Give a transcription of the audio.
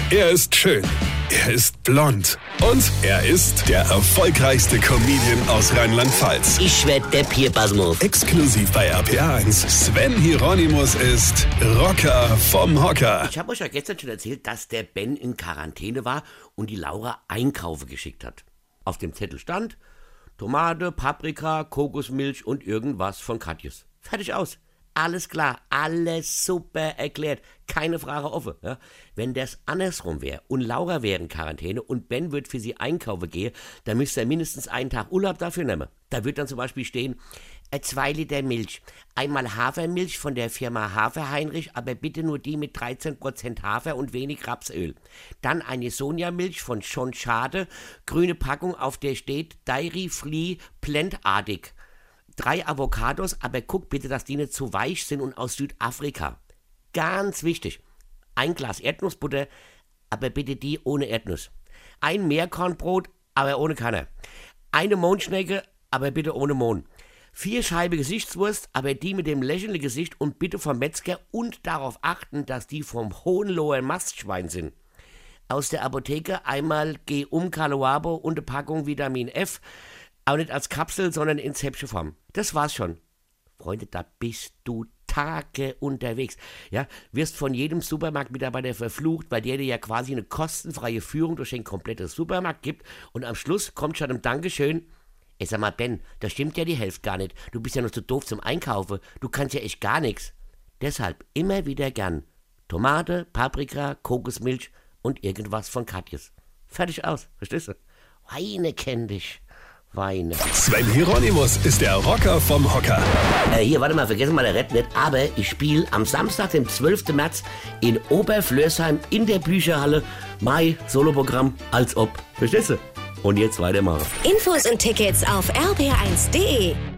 Er ist schön. Er ist blond. Und er ist der erfolgreichste Comedian aus Rheinland-Pfalz. Ich werd der Pierpasmus. Exklusiv bei RPA 1. Sven Hieronymus ist Rocker vom Hocker. Ich habe euch ja gestern schon erzählt, dass der Ben in Quarantäne war und die Laura Einkaufe geschickt hat. Auf dem Zettel stand Tomate, Paprika, Kokosmilch und irgendwas von Katjes. Fertig aus. Alles klar, alles super erklärt, keine Frage offen. Ja? Wenn das andersrum wäre und Laura wäre in Quarantäne und Ben wird für sie einkaufen gehen, dann müsste er mindestens einen Tag Urlaub dafür nehmen. Da wird dann zum Beispiel stehen, 2 Liter Milch, einmal Hafermilch von der Firma Hafer-Heinrich, aber bitte nur die mit 13% Hafer und wenig Rapsöl. Dann eine Sojamilch von Schon Schade, grüne Packung, auf der steht Dairy Free Plantartig. 3 Avocados, aber guck bitte, dass die nicht zu weich sind und aus Südafrika. Ganz wichtig. 1 Glas Erdnussbutter, aber bitte die ohne Erdnuss. 1 Meerkornbrot, aber ohne Kanne. 1 Mohnschnecke, aber bitte ohne Mohn. 4 Scheiben Gesichtswurst, aber die mit dem lächelnden Gesicht und bitte vom Metzger und darauf achten, dass die vom Hohenloher Mastschwein sind. Aus der Apotheke einmal G-Caloabo und eine Packung Vitamin F. Aber nicht als Kapsel, sondern in Zäpfchenform. Das war's schon. Freunde, da bist du Tage unterwegs. Ja, wirst von jedem Supermarktmitarbeiter verflucht, weil der dir ja quasi eine kostenfreie Führung durch den kompletten Supermarkt gibt. Und am Schluss kommt schon ein Dankeschön. Ey, sag mal, Ben, da stimmt ja die Hälfte gar nicht. Du bist ja noch zu doof zum Einkaufen. Du kannst ja echt gar nichts. Deshalb immer wieder gern Tomate, Paprika, Kokosmilch und irgendwas von Katjes. Fertig aus, verstehst du? Weine kenn dich. Weine. Sven Hieronymus ist der Rocker vom Hocker. Hier, warte mal, vergessen mal der Rett nicht, aber ich spiele am Samstag, dem 12. März in Oberflörsheim in der Bücherhalle mein Soloprogramm als ob. Verstehst du? Und jetzt weitermachen. Infos und Tickets auf rb1.de.